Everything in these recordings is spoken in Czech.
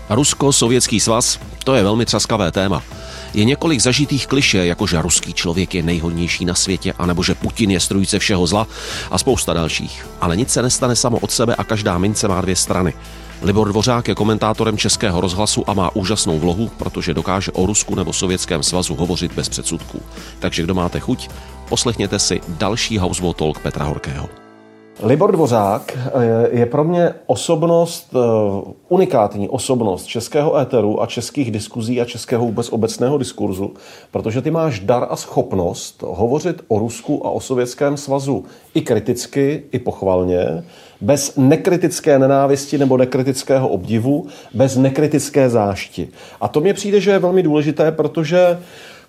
Rusko, Sovětský svaz, to je velmi třaskavé téma. Je několik zažitých klišé, jako že ruský člověk je nejhodnější na světě, anebo že Putin je strůjce všeho zla a spousta dalších. Ale nic se nestane samo od sebe a každá mince má dvě strany. Libor Dvořák je komentátorem Českého rozhlasu a má úžasnou vlohu, protože dokáže o Rusku nebo Sovětském svazu hovořit bez předsudků. Takže kdo máte chuť, poslechněte si další Houseboat Talk Petra Horkého. Libor Dvořák je pro mě osobnost, unikátní osobnost českého éteru a českých diskuzí a českého vůbec obecného diskurzu, protože ty máš dar a schopnost hovořit o Rusku a o Sovětském svazu i kriticky, i pochvalně, bez nekritické nenávisti nebo nekritického obdivu, bez nekritické zášti. A to mně přijde, že je velmi důležité, protože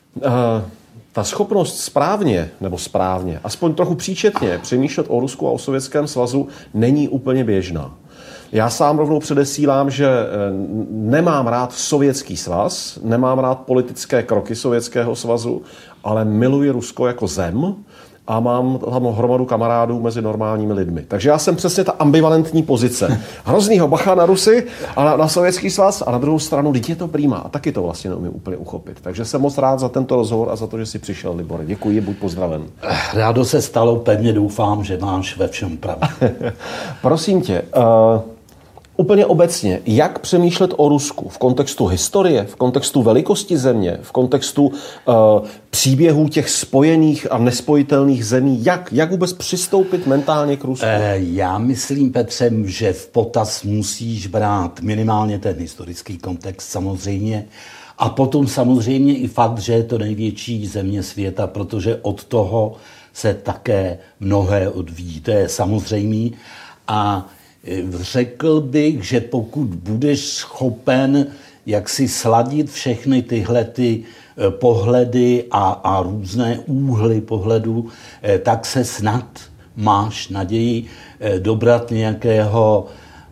ta schopnost správně, aspoň trochu příčetně přemýšlet o Rusku a o Sovětském svazu není úplně běžná. Já sám rovnou předesílám, že nemám rád Sovětský svaz, nemám rád politické kroky Sovětského svazu, ale miluji Rusko jako zem a mám tam hromadu kamarádů mezi normálními lidmi. Takže já jsem přesně ta ambivalentní pozice. Hroznýho bacha na Rusy a na Sovětský svaz a na druhou stranu, teď je to prima a taky to vlastně neumím úplně uchopit. Takže jsem moc rád za tento rozhovor a za to, že jsi přišel, Libore. Děkuji, buď pozdraven. Rádo se stalo, pevně doufám, že máš ve všem pravdu. Prosím tě, úplně obecně, jak přemýšlet o Rusku v kontextu historie, v kontextu velikosti země, v kontextu příběhů těch spojených a nespojitelných zemí, jak vůbec přistoupit mentálně k Rusku? Já myslím, Petře, že v potaz musíš brát minimálně ten historický kontext samozřejmě a potom samozřejmě i fakt, že je to největší země světa, protože od toho se také mnohé odvíjí. To je samozřejmé a řekl bych, že pokud budeš schopen jak si sladit všechny tyhle ty pohledy a různé úhly pohledu, tak se snad máš naději dobrat nějakého,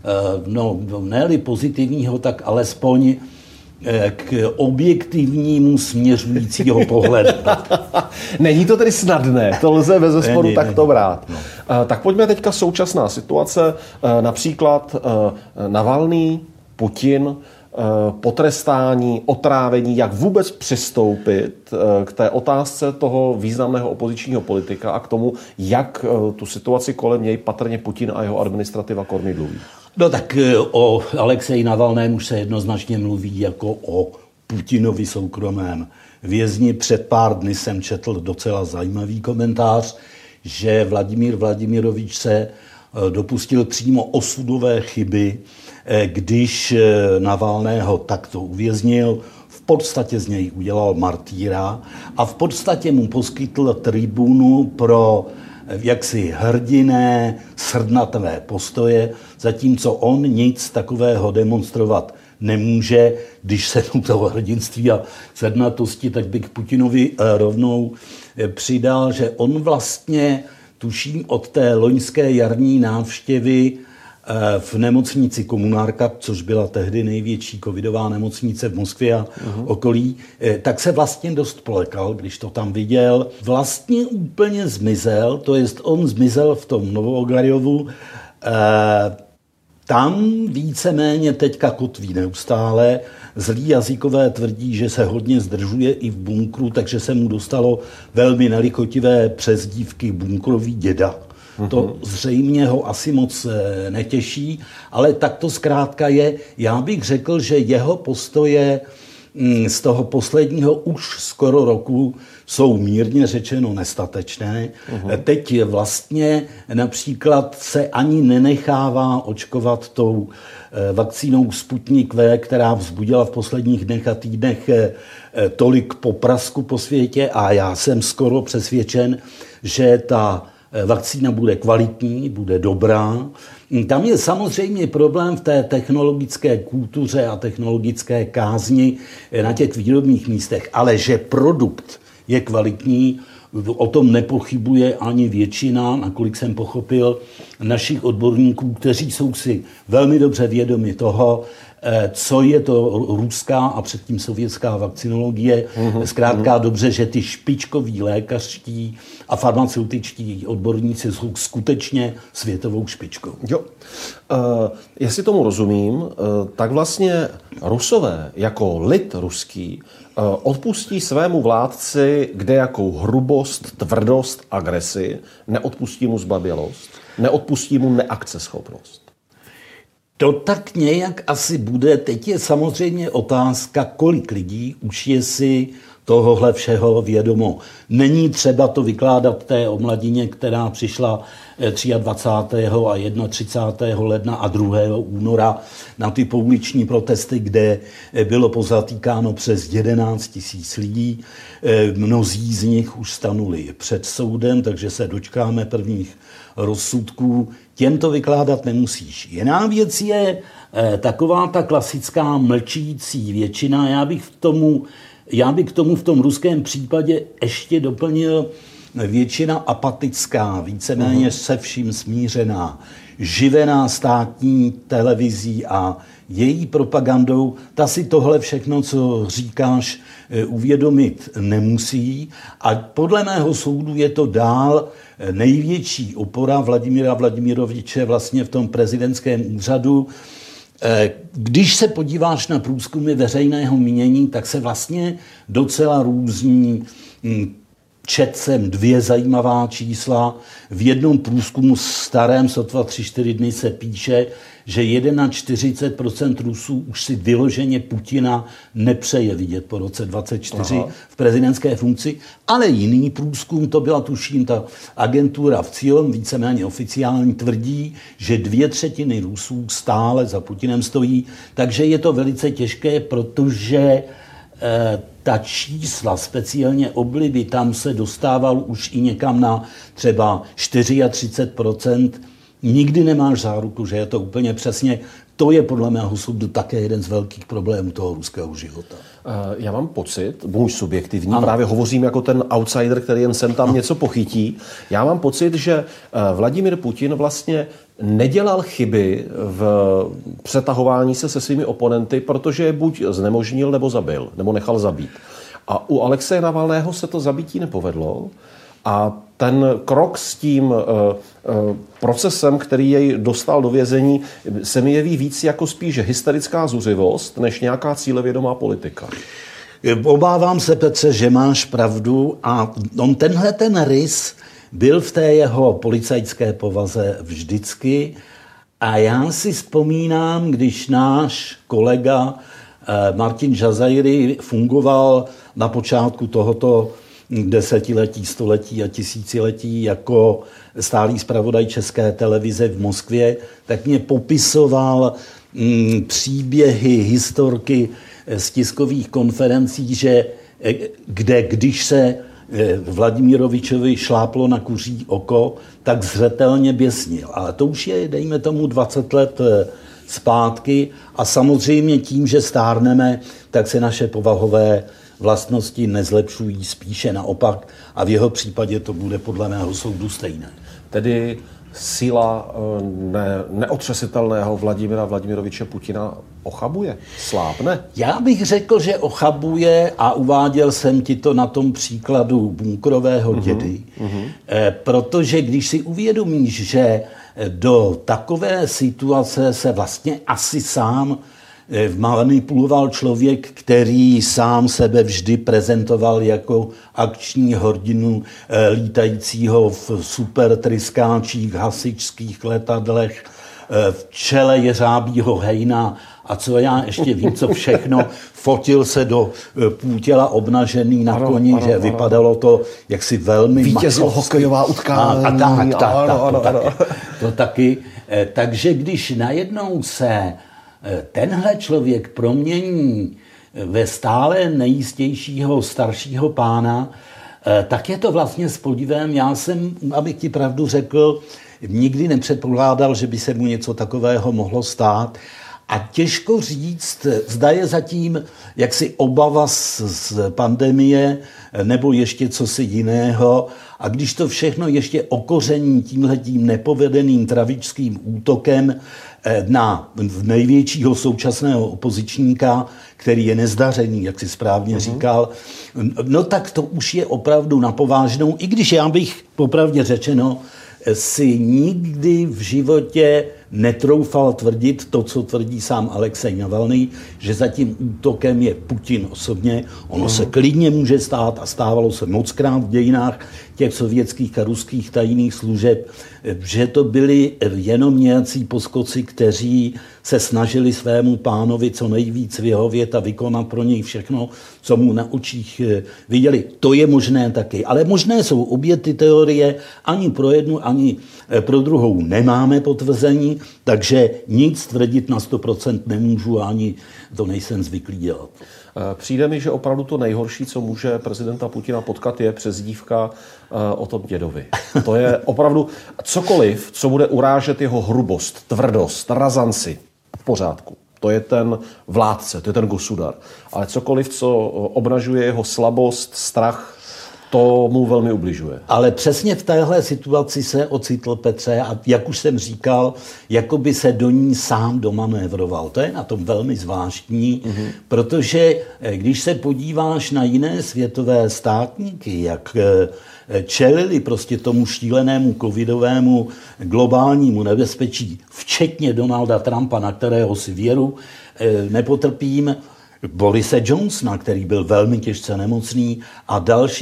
ne-li pozitivního, tak alespoň k objektivnímu směřujícího pohledu. Není to tedy snadné, to lze bezesporu takto brát. No. Tak pojďme teďka současná situace, například Navalný, Putin, potrestání, otrávení, jak vůbec přistoupit k té otázce toho významného opozičního politika a k tomu, jak tu situaci kolem něj patrně Putin a jeho administrativa kormidlují. No tak o Alexeji Navalném už se jednoznačně mluví jako o Putinovi soukromém vězni. Před pár dny jsem četl docela zajímavý komentář, že Vladimír Vladimirovič se dopustil přímo osudové chyby, když Navalného takto uvěznil, v podstatě z něj udělal martýra a v podstatě mu poskytl tribunu pro jaksi hrdinné, srdnaté postoje, zatímco on nic takového demonstrovat nemůže. Když se mu toho hrdinství a srdnatosti, tak bych Putinovi rovnou přidal, že on vlastně, tuším od té loňské jarní návštěvy v nemocnici Komunárka, což byla tehdy největší covidová nemocnice v Moskvě a okolí, tak se vlastně dost polekal, když to tam viděl. Vlastně úplně zmizel, to jest on zmizel v tom Novogarjovu, tam víceméně teďka kotví neustále. Zlí jazykové tvrdí, že se hodně zdržuje i v bunkru, takže se mu dostalo velmi nelichotivé přezdívky bunkrový děda. To zřejmě ho asi moc netěší, ale tak to zkrátka je. Já bych řekl, že jeho postoje z toho posledního už skoro roku jsou mírně řečeno nestatečné. Teď vlastně například se ani nenechává očkovat tou vakcínou Sputnik V, která vzbudila v posledních dnech a týdnech tolik poprasku po světě a já jsem skoro přesvědčen, že ta vakcína bude kvalitní, bude dobrá. Tam je samozřejmě problém v té technologické kultuře a technologické kázni na těch výrobních místech, ale že produkt je kvalitní, o tom nepochybuje ani většina, nakolik jsem pochopil, našich odborníků, kteří jsou si velmi dobře vědomi toho, co je to ruská a předtím sovětská vakcinologie. Zkrátka dobře, že ty špičkoví lékařští a farmaceutičtí odborníci jsou skutečně světovou špičkou. Jo. Jestli tomu rozumím, tak vlastně Rusové jako lid ruský odpustí svému vládci kdejakou hrubost, tvrdost, agresi, neodpustí mu zbabělost, neodpustí mu neakceschopnost. To tak nějak asi bude. Teď je samozřejmě otázka, kolik lidí už je si tohohle všeho vědomo. Není třeba to vykládat té omladině, která přišla 23. a 31. ledna a 2. února na ty pouliční protesty, kde bylo pozatýkáno přes 11 000 lidí. Mnozí z nich už stanuli před soudem, takže se dočkáme prvních rozsudků. Těm to vykládat nemusíš. Jiná věc je taková ta klasická mlčící většina. Já bych k tomu v tom ruském případě ještě doplnil většina apatická, víceméně se vším smířená, živená státní televizí a její propagandou, ta si tohle všechno, co říkáš, uvědomit nemusí. A podle mého soudu je to dál největší opora Vladimira Vladimiroviče vlastně v tom prezidentském úřadu. Když se podíváš na průzkumy veřejného mínění, tak se vlastně docela různí. Četl jsem 2 zajímavá čísla. V jednom průzkumu starém, sotva 3-4 dny, se píše, že 41% Rusů už si vyloženě Putina nepřeje vidět po roce 2024 v prezidentské funkci, ale jiný průzkum, to byla tuším ta agentura Vcion, víceméně oficiální, tvrdí, že 2/3 Rusů stále za Putinem stojí, takže je to velice těžké, protože ta čísla, speciálně obliby, tam se dostával už i někam na třeba 34%. Nikdy nemáš záruku, že je to úplně přesně. To je podle mého soudu také jeden z velkých problémů toho ruského života. Já mám pocit, můj subjektivní, právě hovořím jako ten outsider, který jen sem tam něco pochytí. Já mám pocit, že Vladimír Putin vlastně nedělal chyby v přetahování se svými oponenty, protože je buď znemožnil, nebo zabil, nebo nechal zabít. A u Alexeje Navalného se to zabití nepovedlo. A ten krok s tím procesem, který jej dostal do vězení, se mi jeví víc jako spíš hysterická zuřivost, než nějaká cílevědomá politika. Obávám se, Petře, že máš pravdu a tenhle ten rys byl v té jeho policajské povaze vždycky. A já si vzpomínám, když náš kolega Martin Žazajry fungoval na počátku tohoto desetiletí, století a tisíciletí jako stálý zpravodaj České televize v Moskvě, tak mě popisoval příběhy, historky z tiskových konferencí, že když se Vladimirovičovi šláplo na kuří oko, tak zřetelně běsnil. Ale to už je, dejme tomu, 20 let zpátky a samozřejmě tím, že stárneme, tak se naše povahové vlastnosti nezlepšují, spíše naopak a v jeho případě to bude podle mého soudu stejné. Tedy síla neotřesitelného Vladimira Vladimiroviče Putina ochabuje, slábne? Já bych řekl, že ochabuje a uváděl jsem ti to na tom příkladu bunkrového dědy, protože když si uvědomíš, že do takové situace se vlastně asi sám manipuloval člověk, který sám sebe vždy prezentoval jako akční hrdinu lítajícího v supertryskáčích, hasičských letadlech, v čele jeřábího hejna a co já ještě vím, co všechno. Fotil se do půl těla obnažený na koni, že vypadalo to jaksi velmi vítězil hokejová utkání. To taky. Takže když najednou se tenhle člověk promění ve stále nejistějšího staršího pána, tak je to vlastně s podivem. Já jsem, abych ti pravdu řekl, nikdy nepředpokládal, že by se mu něco takového mohlo stát. A těžko říct, zda je zatím jaksi obava z pandemie nebo ještě cosi jiného. A když to všechno ještě okoření tímhletím nepovedeným travičským útokem na největšího současného opozičníka, který je nezdařený, jak si správně říkal, no tak to už je opravdu na povážnou, i když já bych popravdě řečeno si nikdy v životě netroufal tvrdit to, co tvrdí sám Alexej Navalný, že za tím útokem je Putin osobně. Ono se klidně může stát a stávalo se mockrát v dějinách těch sovětských a ruských tajných služeb, že to byli jenom nějací poskoci, kteří se snažili svému pánovi co nejvíc vyhovět a vykonat pro něj všechno, co mu na očích viděli. To je možné taky. Ale možné jsou obě ty teorie, ani pro jednu, ani pro druhou nemáme potvrzení, takže nic tvrdit na 100% nemůžu, ani to nejsem zvyklý dělat. Přijde mi, že opravdu to nejhorší, co může prezidenta Putina potkat, je přezdívka o tom dědovi. To je opravdu cokoliv, co bude urážet jeho hrubost, tvrdost, razanci, v pořádku. To je ten vládce, to je ten gosudar. Ale cokoliv, co obnažuje jeho slabost, strach, to mu velmi ubližuje. Ale přesně v téhle situaci se ocitl Petře a jak už jsem říkal, jako by se do ní sám domanévroval. To je na tom velmi zvláštní, protože když se podíváš na jiné světové státníky, jak čelili prostě tomu šílenému covidovému globálnímu nebezpečí, včetně Donalda Trumpa, na kterého si věru nepotrpím, Borise Johnsona, který byl velmi těžce nemocný, a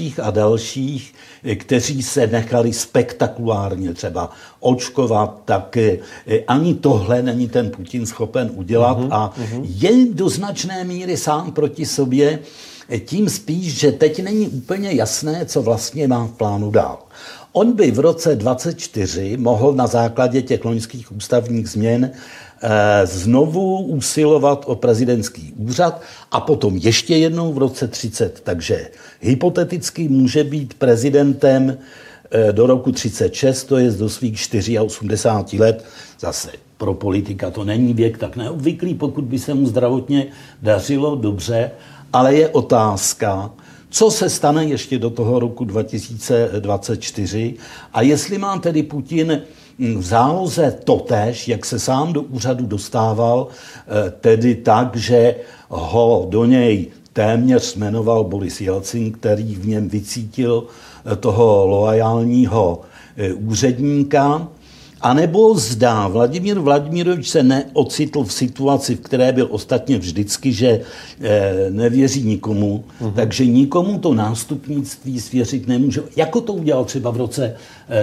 dalších, kteří se nechali spektakulárně třeba očkovat, tak ani tohle není ten Putin schopen udělat a je do značné míry sám proti sobě, tím spíš, že teď není úplně jasné, co vlastně má v plánu dál. On by v roce 2024 mohl na základě těch loňských ústavních změn znovu usilovat o prezidentský úřad a potom ještě jednou v roce 30. Takže hypoteticky může být prezidentem do roku 36, to je do svých 84 let. Zase pro politika to není věk tak neobvyklý, pokud by se mu zdravotně dařilo dobře, ale je otázka, co se stane ještě do toho roku 2024 a jestli má tedy Putin v záloze totéž, jak se sám do úřadu dostával, tedy tak, že ho do něj téměř jmenoval Boris Jelcin, který v něm vycítil toho loajálního úředníka, anebo zdá Vladimír Vladimirovič se neocitl v situaci, v které byl ostatně vždycky, že nevěří nikomu, takže nikomu to nástupnictví svěřit nemůže. Jako to udělal třeba v roce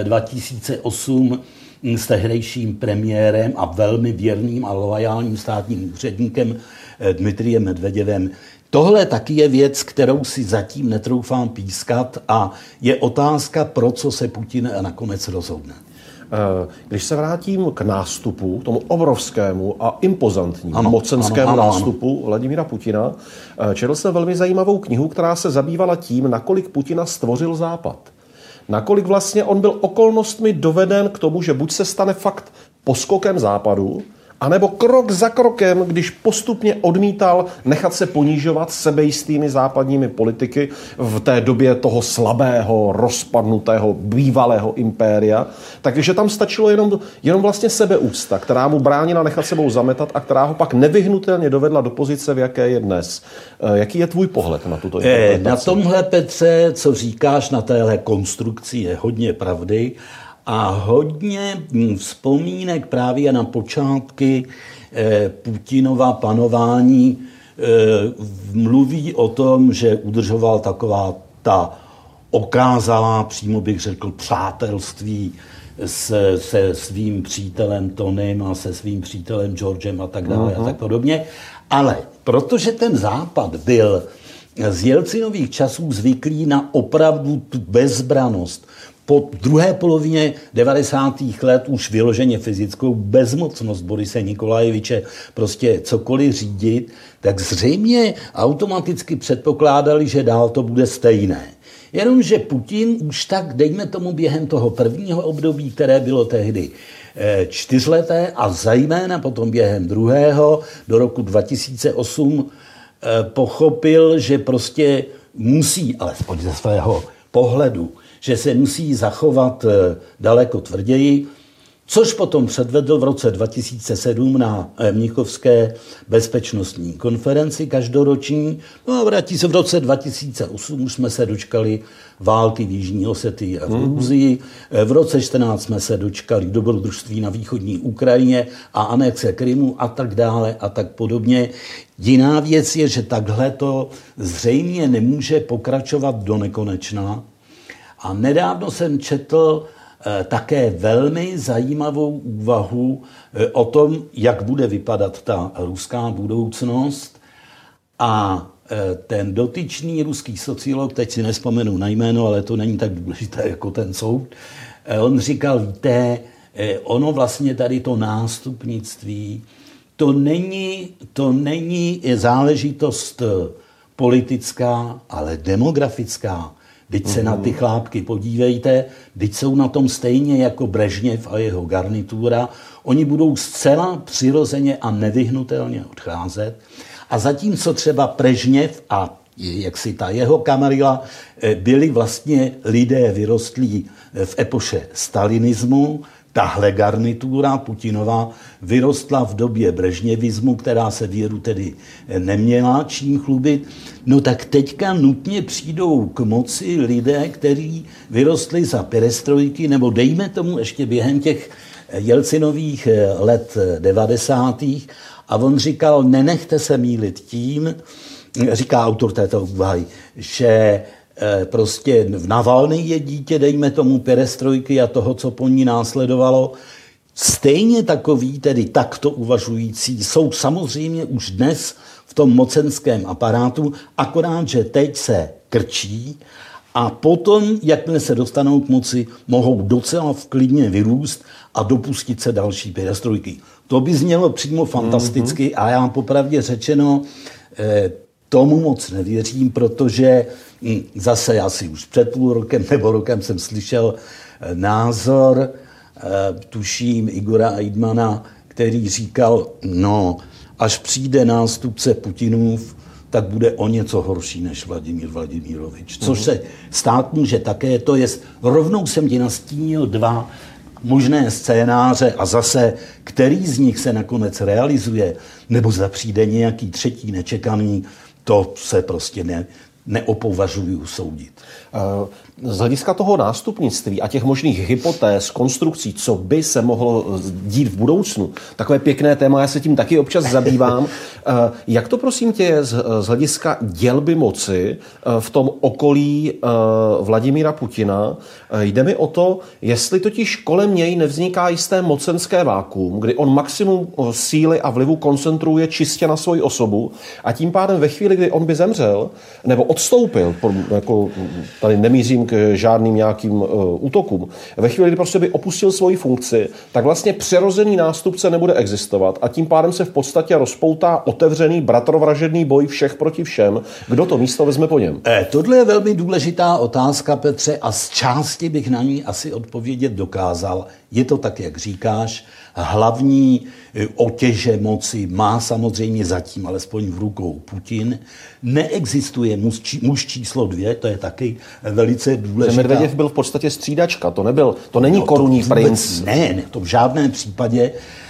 2008 s tehdejším premiérem a velmi věrným a loajálním státním úředníkem Dmitrijem Medveděvem. Tohle taky je věc, kterou si zatím netroufám pískat a je otázka, pro co se Putin nakonec rozhodne. Když se vrátím k nástupu, tomu obrovskému a impozantnímu mocenskému nástupu Vladimíra Putina, četl jsem velmi zajímavou knihu, která se zabývala tím, nakolik Putina stvořil Západ. Nakolik vlastně on byl okolnostmi doveden k tomu, že buď se stane fakt poskokem Západu, anebo krok za krokem, když postupně odmítal nechat se ponížovat sebejistými západními politiky v té době toho slabého, rozpadnutého, bývalého impéria, takže tam stačilo jenom vlastně sebeúcta, která mu bránila nechat sebou zametat a která ho pak nevyhnutelně dovedla do pozice, v jaké je dnes. Jaký je tvůj pohled na tuto interpretaci? Na tomhle, Petře, co říkáš na téhle konstrukci, je hodně pravdy. A hodně vzpomínek právě na počátky Putinova panování mluví o tom, že udržoval taková ta okázalá, přímo bych řekl, přátelství se svým přítelem Tonym a se svým přítelem Georgem a tak dále a tak podobně. Ale protože ten Západ byl z Jelcinových časů zvyklý na opravdu tu bezbranost, po druhé polovině 90. let už vyloženě fyzickou bezmocnost Borise Nikolajeviče prostě cokoliv řídit, tak zřejmě automaticky předpokládali, že dál to bude stejné. Jenomže Putin už tak, dejme tomu během toho prvního období, které bylo tehdy čtyřleté a zejména potom během druhého do roku 2008 pochopil, že prostě musí, alespoň ze svého pohledu, že se musí zachovat daleko tvrději, což potom předvedl v roce 2007 na Mnichovské bezpečnostní konferenci každoroční. No a vrátí se v roce 2008, už jsme se dočkali války v Jižní Osetii a v Gruzii. V roce 2014 jsme se dočkali dobrodružství na východní Ukrajině a anexe Krymu a tak dále a tak podobně. Jiná věc je, že takhle to zřejmě nemůže pokračovat do nekonečna. A nedávno jsem četl také velmi zajímavou úvahu o tom, jak bude vypadat ta ruská budoucnost. A ten dotyčný ruský sociolog, teď si nespomenu na jméno, ale to není tak důležité jako ten soud, on říkal, víte, ono vlastně tady to nástupnictví, to není záležitost politická, ale demografická. Teď se na ty chlápky podívejte, teď jsou na tom stejně jako Brežněv a jeho garnitura. Oni budou zcela přirozeně a nevyhnutelně odcházet. A zatímco třeba Brežněv a jak si ta jeho kamarila byli vlastně lidé vyrostlí v epoše stalinismu, tahle garnitura Putinova vyrostla v době brežněvismu, která se věru tedy neměla čím chlubit. No tak teďka nutně přijdou k moci lidé, kteří vyrostli za perestrojky, nebo dejme tomu ještě během těch Jelcinových let 90. A on říkal, nenechte se mýlit tím, říká autor této úvahy, že prostě v Navalny je dítě, dejme tomu perestrojky a toho, co po ní následovalo. Stejně takový, tedy takto uvažující, jsou samozřejmě už dnes v tom mocenském aparátu, akorát, že teď se krčí a potom, jakmile se dostanou k moci, mohou docela vklidně vyrůst a dopustit se další perestrojky. To by znělo přímo fantasticky a já popravdě řečeno tomu moc nevěřím, protože zase asi už před půl rokem nebo rokem jsem slyšel názor, tuším Igora Eidmana, který říkal, no, až přijde nástupce Putinův, tak bude o něco horší než Vladimír Vladimirovič. Což se stát může také, to je, rovnou jsem ti nastínil dva možné scénáře a zase, který z nich se nakonec realizuje, nebo zda přijde nějaký třetí nečekaný, to se prostě neopovažuju soudit. Z hlediska toho nástupnictví a těch možných hypotéz, konstrukcí, co by se mohlo dít v budoucnu, takové pěkné téma, já se tím taky občas zabývám. Jak to prosím tě je z hlediska dělby moci v tom okolí Vladimíra Putina? Jde mi o to, jestli totiž kolem něj nevzniká jisté mocenské vákuum, kdy on maximum síly a vlivu koncentruje čistě na svoji osobu a tím pádem ve chvíli, kdy on by zemřel nebo odstoupil, jako tady nemířím k žádným nějakým útokům. Ve chvíli, kdy prostě by opustil svoji funkci, tak vlastně přirozený nástupce nebude existovat a tím pádem se v podstatě rozpoutá otevřený bratrovražedný boj všech proti všem. Kdo to místo vezme po něm? Tohle je velmi důležitá otázka, Petře, a z části bych na ní asi odpovědět dokázal. Je to tak, jak říkáš, hlavní otěže moci má samozřejmě zatím alespoň v rukou Putin. Neexistuje muž číslo 2, to je taky velice důležité. Medveděv byl v podstatě střídačka, to není korunní princ. Ne, to v žádném případě.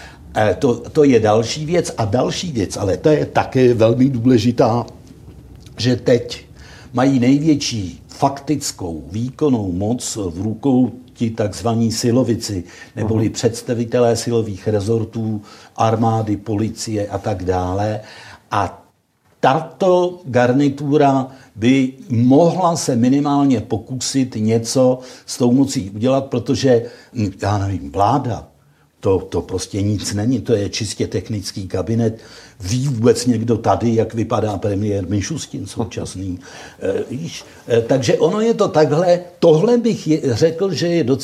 To je další věc a další věc, ale to je také velmi důležitá, že teď mají největší faktickou výkonnou moc v rukou ti takzvaní silovici, neboli představitelé silových rezortů, armády, policie a tak dále. A tato garnitura by mohla se minimálně pokusit něco s tou mocí udělat, protože, já nevím, vláda, to prostě nic není, to je čistě technický kabinet. Ví vůbec někdo tady, jak vypadá premiér Mišustin současný? Takže ono je to takhle. Tohle bych řekl, že je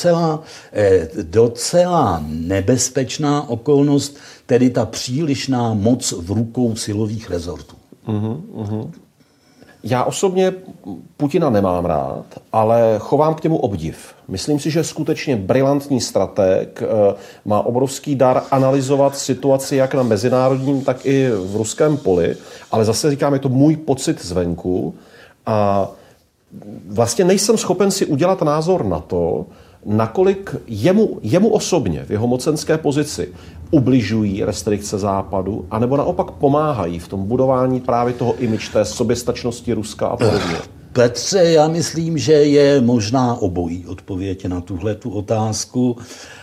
docela nebezpečná okolnost, tedy ta přílišná moc v rukou silových rezortů. Já osobně Putina nemám rád, ale chovám k němu obdiv. Myslím si, že je skutečně brilantní strateg, má obrovský dar analyzovat situaci jak na mezinárodním, tak i v ruském poli, ale zase říkám, je to můj pocit zvenku a vlastně nejsem schopen si udělat názor na to, nakolik jemu osobně v jeho mocenské pozici ubližují restrikce Západu, anebo naopak pomáhají v tom budování právě toho image té soběstačnosti Ruska a podobně. Petře, já myslím, že je možná obojí odpověď na tuhletu otázku.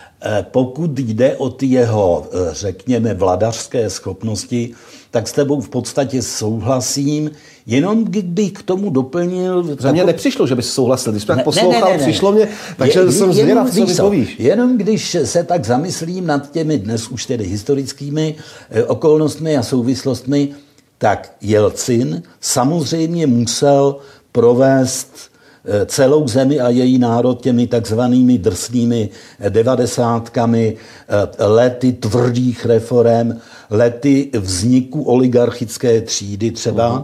Pokud jde o ty jeho, řekněme, vladařské schopnosti, tak s tebou v podstatě souhlasím, jenom bych k tomu doplnil... Mně nepřišlo, že bys souhlasil, když jsem poslouchal, přišlo mě, takže jsem zvědav, co mi povíš. Jenom když se tak zamyslím nad těmi dnes už tedy historickými okolnostmi a souvislostmi, tak Jelcin samozřejmě musel provést celou zemi a její národ těmi takzvanými drsnými 90kami, lety tvrdých reforem, lety vzniku oligarchické třídy třeba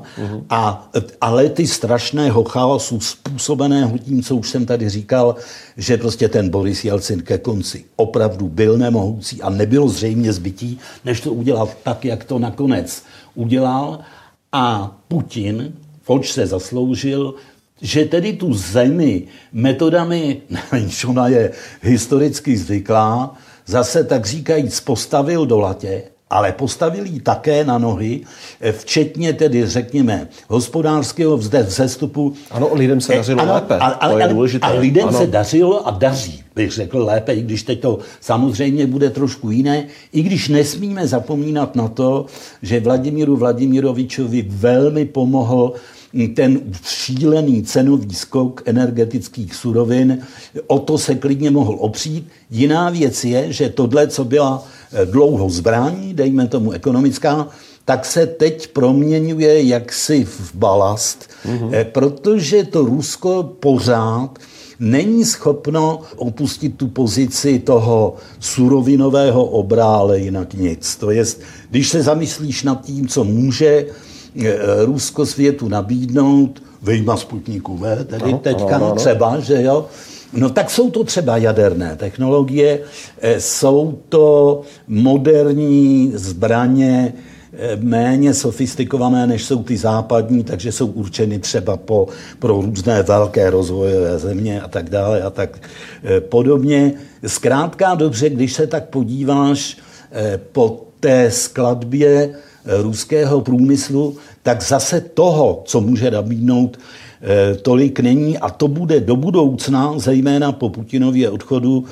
a lety strašného chaosu způsobeného tím, co už jsem tady říkal, že prostě ten Boris Jelcin ke konci opravdu byl nemohoucí a nebylo zřejmě zbytí, než to udělal tak, jak to nakonec udělal. A Putin, oč se zasloužil, že tedy tu zemi metodami, ona je historicky zvyklá, zase tak říkajíc postavil do latě, ale postavil ji také na nohy, včetně tedy, řekněme, hospodářského vzestupu. Ano, lidem se dařilo lépe, to je důležité. A lidem se dařilo a daří, bych řekl lépe, i když teď to samozřejmě bude trošku jiné, i když nesmíme zapomínat na to, že Vladimíru Vladimirovičovi velmi pomohl ten šílený cenový skok energetických surovin, o to se klidně mohl opřít. Jiná věc je, že tohle, co byla dlouho zbraní, dejme tomu ekonomická, tak se teď proměňuje jaksi v balast, protože to Rusko pořád není schopno opustit tu pozici toho surovinového obrále, jinak nic. To jest, když se zamyslíš nad tím, co může Rusko světu nabídnout, vyjma Sputniku V, tedy teďka třeba, že jo, no tak jsou to třeba jaderné technologie, jsou to moderní zbraně, méně sofistikované, než jsou ty západní, takže jsou určeny třeba pro různé velké rozvojové země a tak dále a tak podobně. Zkrátka dobře, když se tak podíváš po té skladbě ruského průmyslu, tak zase toho, co může nabídnout, tolik není a to bude do budoucna, zejména po Putinově odchodu,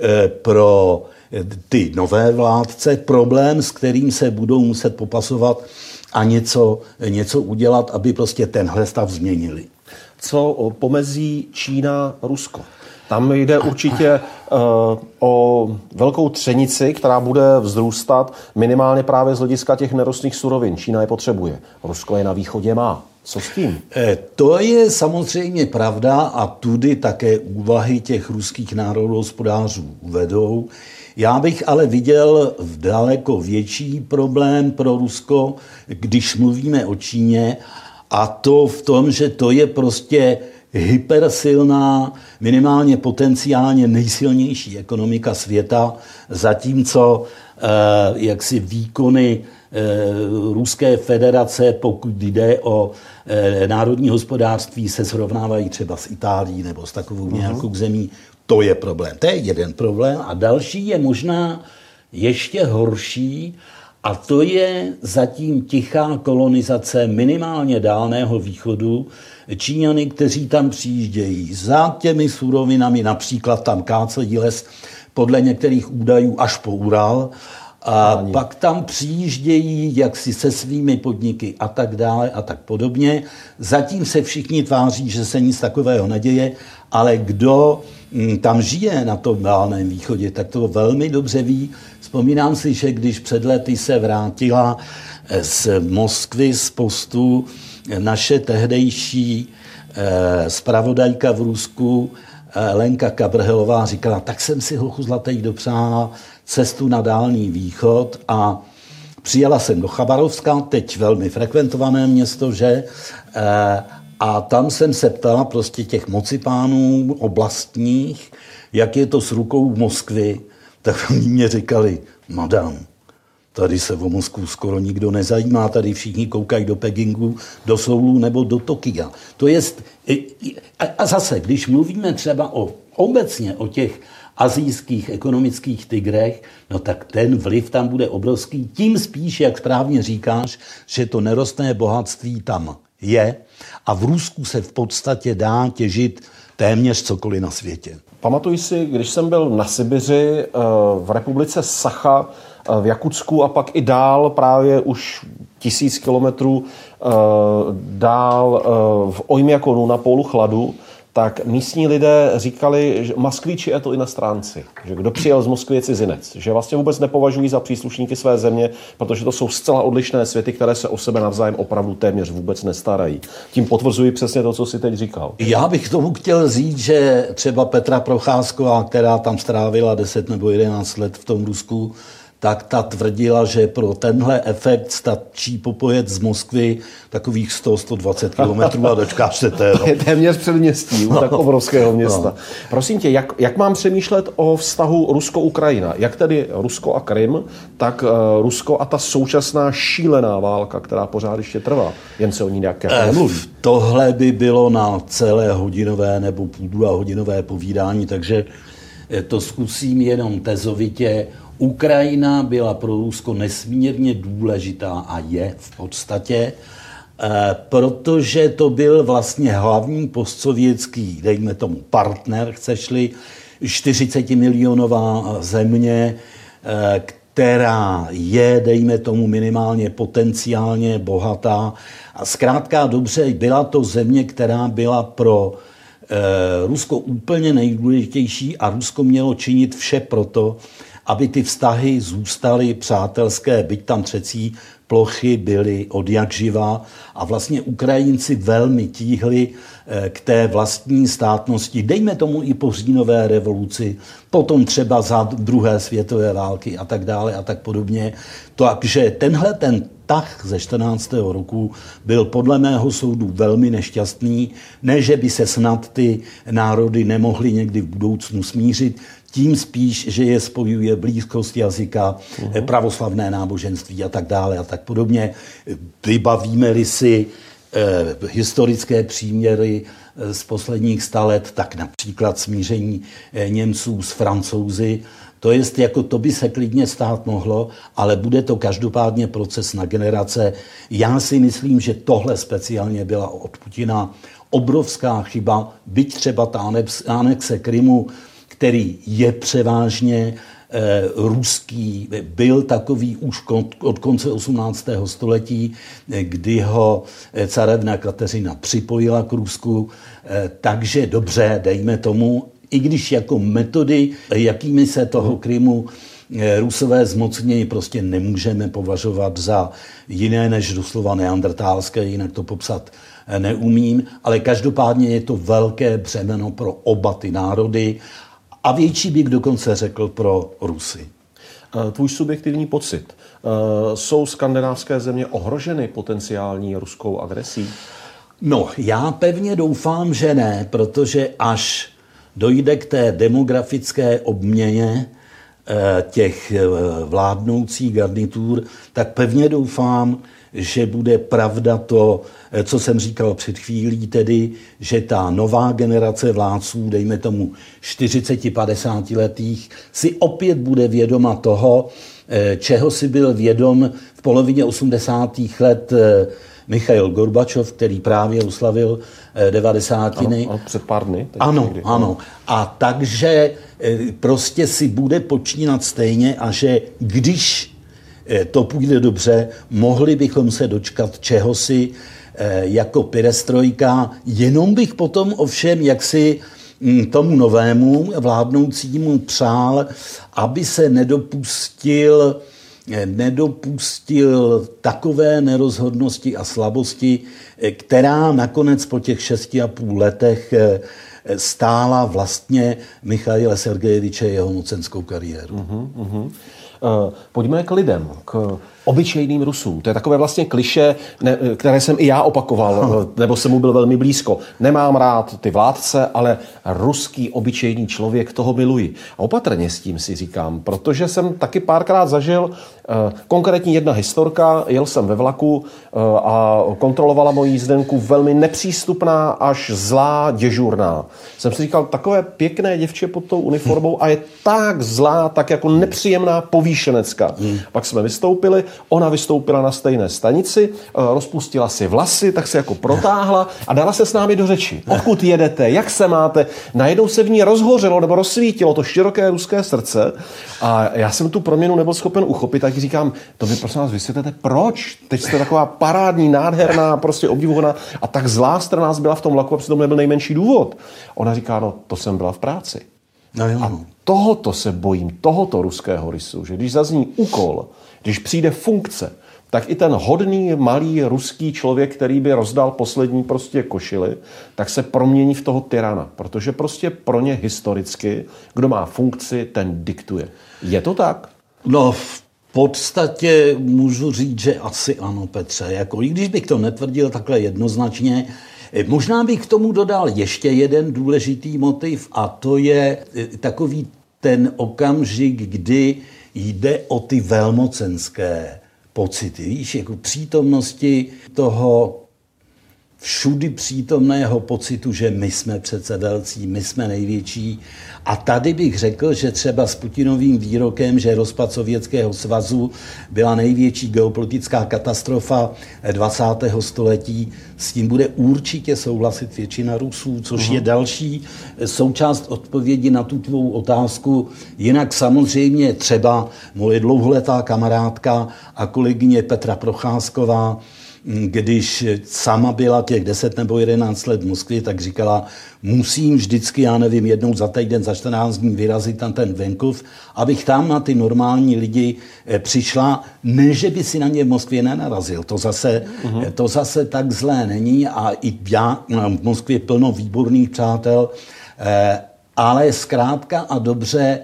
pro ty nové vládce problém, s kterým se budou muset popasovat a něco udělat, aby prostě tenhle stav změnili. Co pomezí Čína, Rusko? Tam jde určitě o velkou třenici, která bude vzrůstat minimálně právě z hlediska těch nerostných surovin. Čína je potřebuje. Rusko je na východě má. Co s tím? To je samozřejmě pravda a tudy také úvahy těch ruských národohospodářů vedou. Já bych ale viděl v daleko větší problém pro Rusko, když mluvíme o Číně, a to v tom, že to je prostě hypersilná, minimálně potenciálně nejsilnější ekonomika světa, zatímco jaksi výkony Ruské federace, pokud jde o národní hospodářství, se srovnávají třeba s Itálií nebo s takovou nějakou zemí. To je problém. To je jeden problém. A další je možná ještě horší, a to je zatím tichá kolonizace minimálně Dálného východu. Číňany, kteří tam přijíždějí za těmi surovinami, například tam kácejí les podle některých údajů až po Ural, a pak tam přijíždějí jaksi se svými podniky a tak dále a tak podobně. Zatím se všichni tváří, že se nic takového neděje, ale kdo tam žije na tom Dálném východě, tak to velmi dobře ví. Vzpomínám si, že když před lety se vrátila z Moskvy z postu naše tehdejší zpravodajka v Rusku Lenka Kabrhelová, říkala, tak jsem si, hochu zlatý, dopřála cestu na Dálný východ a Přijela jsem do Chabarovska, teď velmi frekventované město, že? A tam jsem se ptala prostě těch mocipánů oblastních, jak je to s rukou v Moskvy, tak oni mě říkali, madam, tady se o Moskvu skoro nikdo nezajímá, tady všichni koukají do Pekingu, do Soulu nebo do Tokia. To jest, a zase, když mluvíme třeba obecně o těch asijských ekonomických tygrech, no tak ten vliv tam bude obrovský, tím spíš, jak správně říkáš, že to nerostné bohatství tam je a v Rusku se v podstatě dá těžit téměř cokoliv na světě. Pamatuji si, když jsem byl na Sibiři v republice Sacha, v Jakutsku a pak i dál, právě už 1000 kilometrů dál v Ojmjakonu na pólu chladu, tak místní lidé říkali, že Moskvíči je to i na stránci, že kdo přijel z Moskvy je cizinec, že vlastně vůbec nepovažují za příslušníky své země, protože to jsou zcela odlišné světy, které se o sebe navzájem opravdu téměř vůbec nestarají. Tím potvrzuji přesně to, co jsi teď říkal. Já bych tomu chtěl říct, že třeba Petra Procházková, která tam strávila 10 nebo 11 let v tom Rusku, tak ta tvrdila, že pro tenhle efekt stačí popojet z Moskvy takových 100-120 kilometrů a dočkáš se té. To je téměř předměstí u tak obrovského města. No. Prosím tě, jak mám přemýšlet o vztahu Rusko-Ukrajina? Jak tedy Rusko a Krym, tak Rusko a ta současná šílená válka, která pořád ještě trvá? Jen se o ní nějak nemluví. Tohle by bylo na celé hodinové nebo půldruhahodinové povídání, takže to zkusím jenom tezovitě. Ukrajina byla pro Rusko nesmírně důležitá a je v podstatě, protože to byl vlastně hlavní postsovětský, dejme tomu partner, chceš-li, 40-milionová země, která je, dejme tomu, minimálně potenciálně bohatá. A zkrátka dobře, byla to země, která byla pro Rusko úplně nejdůležitější a Rusko mělo činit vše proto, aby ty vztahy zůstaly přátelské, byť tam třecí plochy byly odjakživa a vlastně Ukrajinci velmi tíhli k té vlastní státnosti, dejme tomu i po říjnové revoluci, potom třeba za druhé světové války a tak dále a tak podobně. Takže tenhle ten tah ze 14. roku byl podle mého soudu velmi nešťastný, ne, že by se snad ty národy nemohly někdy v budoucnu smířit, tím spíš, že je spojuje blízkost jazyka, pravoslavné náboženství a tak dále a tak podobně. Vybavíme-li si historické příměry z posledních 100 let, tak například smíření Němců s Francouzi, to jest, jako to by se klidně stát mohlo, ale bude to každopádně proces na generace. Já si myslím, že tohle speciálně byla od Putina obrovská chyba, byť třeba ta anexe Krymu, který je převážně ruský, byl takový už od konce 18. století, kdy ho carevna Kateřina připojila k Rusku, takže dobře, dejme tomu, i když jako metody, jakými se toho Krymu Rusové zmocnění, prostě nemůžeme považovat za jiné než doslova neandertálské, jinak to popsat neumím, ale každopádně je to velké břemeno pro oba ty národy a větší bych dokonce řekl pro Rusy. Tvůj subjektivní pocit. Jsou skandinávské země ohroženy potenciální ruskou agresí? No, já pevně doufám, že ne, protože až dojde k té demografické obměně těch vládnoucích garnitur, tak pevně doufám, že bude pravda to, co jsem říkal před chvílí, tedy, že ta nová generace vládců, dejme tomu 40-50 letých, si opět bude vědoma toho, čeho si byl vědom v polovině 80. let Michail Gorbačov, který právě oslavil 90. Ano, před pár dny. Ano. A takže prostě si bude počínat stejně a že když to půjde dobře, mohli bychom se dočkat čehosi jako perestrojka, jenom bych potom ovšem jaksi tomu novému vládnoucímu přál, aby se nedopustil takové nerozhodnosti a slabosti, která nakonec po těch 6,5 letech stála vlastně Michaila Sergejeviče jeho mocenskou kariéru. Pojďme k lidem, k obyčejným Rusům. To je takové vlastně klišé, které jsem i já opakoval, nebo jsem mu byl velmi blízko. Nemám rád ty vládce, ale ruský obyčejný člověk, toho miluji. A opatrně s tím si říkám, protože jsem taky párkrát zažil, konkrétně jedna historka, jel jsem ve vlaku a kontrolovala moji jízdenku velmi nepřístupná až zlá děžurná. Jsem si říkal, takové pěkné děvče pod tou uniformou a je tak zlá, tak jako nepříjemná povýšenecká. Pak jsme vystoupili, ona vystoupila na stejné stanici, rozpustila si vlasy, tak se jako protáhla a dala se s námi do řeči. Odkud jedete, jak se máte? Najednou se v ní rozhořelo nebo rozsvítilo to široké ruské srdce a já jsem tu proměnu nebyl schopen uchopit, tak říkám, to vy prosím vás vysvětlete, proč? Teď jste taková parádní, nádherná, prostě obdivuhodná a tak zlá jste nás byla v tom vlaku a přitom nebyl nejmenší důvod. Ona říká, no to jsem byla v práci. No jo. A tohoto se bojím, tohoto ruského rysu, že když zazní úkol, když přijde funkce, tak i ten hodný, malý ruský člověk, který by rozdal poslední prostě košily, tak se promění v toho tyrana, protože prostě pro ně historicky, kdo má funkci, ten diktuje. Je to tak? No, v podstatě můžu říct, že asi ano, Petře. Jako, i když bych to netvrdil takhle jednoznačně, možná bych k tomu dodal ještě jeden důležitý motiv a to je takový ten okamžik, kdy jde o ty velmocenské pocity. Víš, jako přítomnosti toho všudy přítomného pocitu, že my jsme přece velcí, my jsme největší. A tady bych řekl, že třeba s Putinovým výrokem, že rozpad Sovětského svazu byla největší geopolitická katastrofa 20. století, s tím bude určitě souhlasit většina Rusů, což je další součást odpovědi na tu tvou otázku. Jinak samozřejmě třeba moje dlouholetá kamarádka a kolegyně Petra Procházková, když sama byla těch 10 nebo 11 let v Moskvě, tak říkala, musím vždycky, já nevím, jednou za týden, za 14 dní vyrazit na ten venkov, abych tam na ty normální lidi přišla, ne, že by si na ně v Moskvě nenarazil. To zase tak zlé není a i já mám v Moskvě plno výborných přátel, ale zkrátka a dobře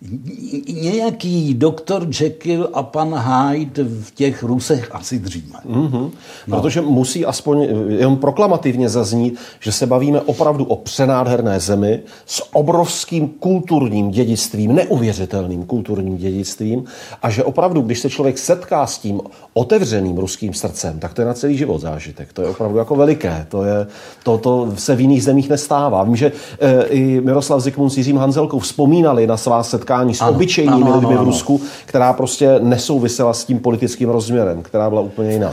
nějaký doktor Jekyll a pan Hyde v těch Rusech asi dříme. No. Protože musí aspoň jenom proklamativně zaznít, že se bavíme opravdu o přenádherné zemi s obrovským kulturním dědictvím, neuvěřitelným kulturním dědictvím a že opravdu, když se člověk setká s tím otevřeným ruským srdcem, tak to je na celý život zážitek. To je opravdu jako veliké. To se v jiných zemích nestává. Vím, že i Miroslav Zikmund s Jiřím Hanzelkou vzpomínali na svá setkání s obyčejnými lidmi v Rusku, která prostě nesouvisela s tím politickým rozměrem, která byla úplně jiná.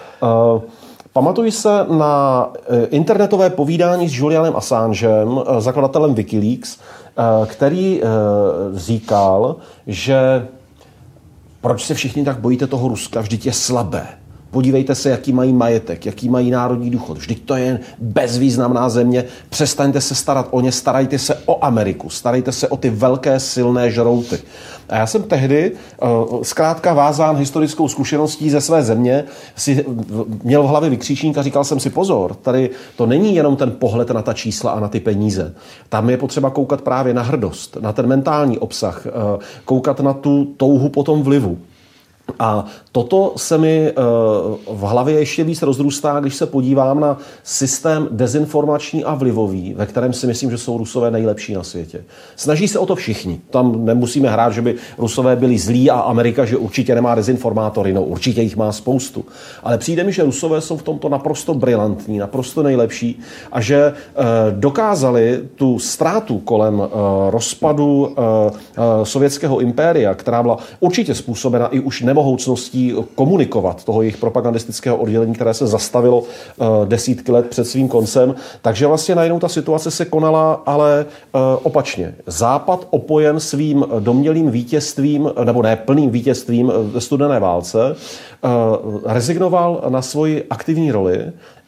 Pamatuji se na internetové povídání s Julianem Assangem, zakladatelem Wikileaks, který říkal, že proč se všichni tak bojíte toho Ruska, vždyť je slabé. Podívejte se, jaký mají majetek, jaký mají národní důchod. Vždyť to je bezvýznamná země. Přestaňte se starat o ně, starajte se o Ameriku, starejte se o ty velké silné žrouty. A já jsem tehdy, zkrátka vázán historickou zkušeností ze své země, si měl v hlavě vykřičník a říkal jsem si pozor, tady to není jenom ten pohled na ta čísla a na ty peníze. Tam je potřeba koukat právě na hrdost, na ten mentální obsah, koukat na tu touhu po tom vlivu. A toto se mi v hlavě ještě víc rozrůstá, když se podívám na systém dezinformační a vlivový, ve kterém si myslím, že jsou Rusové nejlepší na světě. Snaží se o to všichni. Tam nemusíme hrát, že by Rusové byli zlí a Amerika, že určitě nemá dezinformátory. No určitě jich má spoustu. Ale přijde mi, že Rusové jsou v tomto naprosto brilantní, naprosto nejlepší a že dokázali tu ztrátu kolem rozpadu sovětského impéria, která byla určitě způsobena i už nemohoucností komunikovat toho jejich propagandistického oddělení, které se zastavilo desítky let před svým koncem. Takže vlastně najednou ta situace se konala, ale opačně. Západ opojen svým domnělým vítězstvím, nebo ne plným vítězstvím ve studené válce, rezignoval na svoji aktivní roli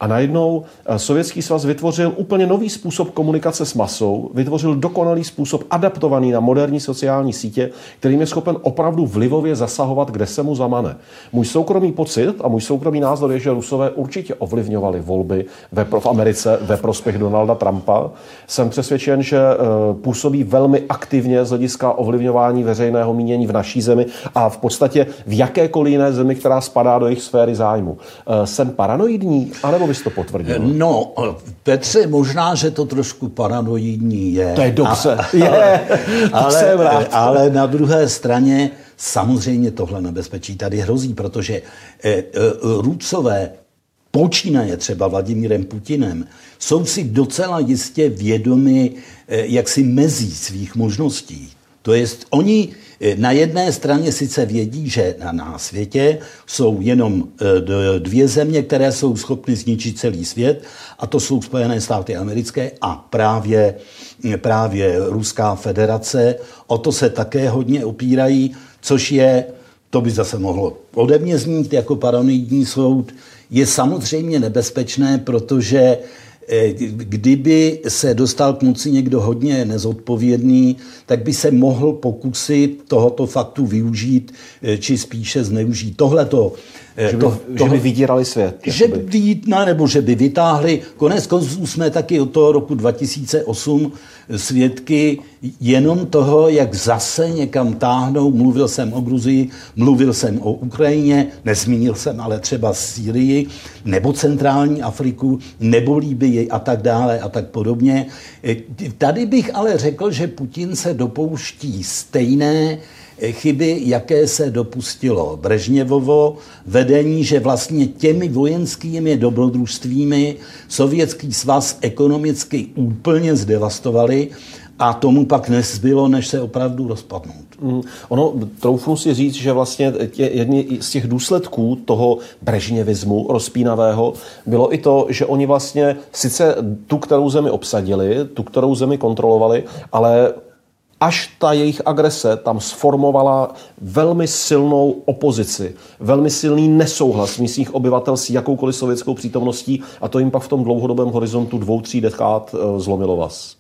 A najednou Sovětský svaz vytvořil úplně nový způsob komunikace s masou, vytvořil dokonalý způsob adaptovaný na moderní sociální sítě, kterým je schopen opravdu vlivově zasahovat, kde se mu zamane. Můj soukromý pocit a můj soukromý názor je, že Rusové určitě ovlivňovali volby v Americe ve prospěch Donalda Trumpa. Jsem přesvědčen, že působí velmi aktivně z hlediska ovlivňování veřejného mínění v naší zemi a v podstatě v jakékoliv jiné zemi, která spadá do jejich sféry zájmu. Jsem paranoidní, anebo bys to potvrdil? No, Petře, možná, že to trošku paranoidní je. To je dobře. Ale na druhé straně samozřejmě tohle nebezpečí tady hrozí, protože Rusové, počínaje třeba Vladimírem Putinem, jsou si docela jistě vědomi jaksi mezí svých možností. To jest, oni na jedné straně sice vědí, že na světě jsou jenom dvě země, které jsou schopny zničit celý svět, a to jsou Spojené státy americké a právě Ruská federace. O to se také hodně opírají, což je, to by zase mohlo ode mě znít jako paranoidní soud, je samozřejmě nebezpečné, protože kdyby se dostal k moci někdo hodně nezodpovědný, tak by se mohl pokusit tohoto faktu využít, či spíše zneužít. Tohleto. Že by vydírali svět. Nebo že by vytáhli. Konec konců jsme taky od toho roku 2008 svědky jenom toho, jak zase někam táhnou. Mluvil jsem o Gruzii, mluvil jsem o Ukrajině, nezmínil jsem ale třeba Sýrii, nebo centrální Afriku, nebo Libyi a tak dále a tak podobně. Tady bych ale řekl, že Putin se dopouští stejné chyby, jaké se dopustilo Brežněvovo vedení, že vlastně těmi vojenskými dobrodružstvími Sovětský svaz ekonomicky úplně zdevastovali a tomu pak nezbylo, než se opravdu rozpadnout. Ono, troufnu si říct, že vlastně jedni z těch důsledků toho brežněvismu rozpínavého bylo i to, že oni vlastně sice tu, kterou zemi obsadili, tu, kterou zemi kontrolovali, ale až ta jejich agrese tam sformovala velmi silnou opozici, velmi silný nesouhlas místních obyvatel s jakoukoliv sovětskou přítomností a to jim pak v tom dlouhodobém horizontu 2-3 dekád zlomilo vaz.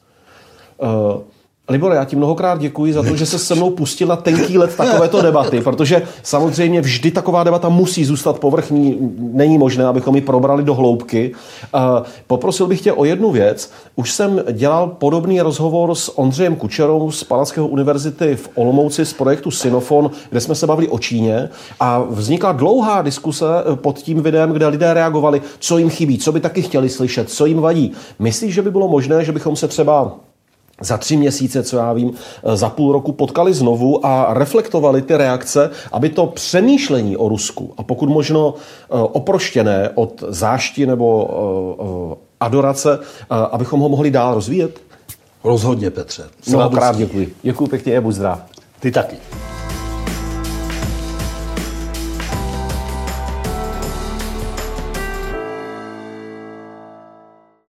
Libore, já ti mnohokrát děkuji za to, že se se mnou pustil na tenký led takovéto debaty, protože samozřejmě vždy taková debata musí zůstat povrchní, není možné, abychom ji probrali do hloubky. Poprosil bych tě o jednu věc. Už jsem dělal podobný rozhovor s Ondřejem Kučerou z Palackého univerzity v Olomouci z projektu Sinofon, kde jsme se bavili o Číně a vznikla dlouhá diskuse pod tím videem, kde lidé reagovali, co jim chybí, co by taky chtěli slyšet, co jim vadí. Myslíš, že by bylo možné, že bychom se třeba za 3 měsíce, co já vím, za půl roku potkali znovu a reflektovali ty reakce, aby to přemýšlení o Rusku a pokud možno oproštěné od zášti nebo adorace, abychom ho mohli dál rozvíjet? Rozhodně, Petře. Mnohokrát děkuji. Děkuji pěkně, buď zdrav. Ty taky.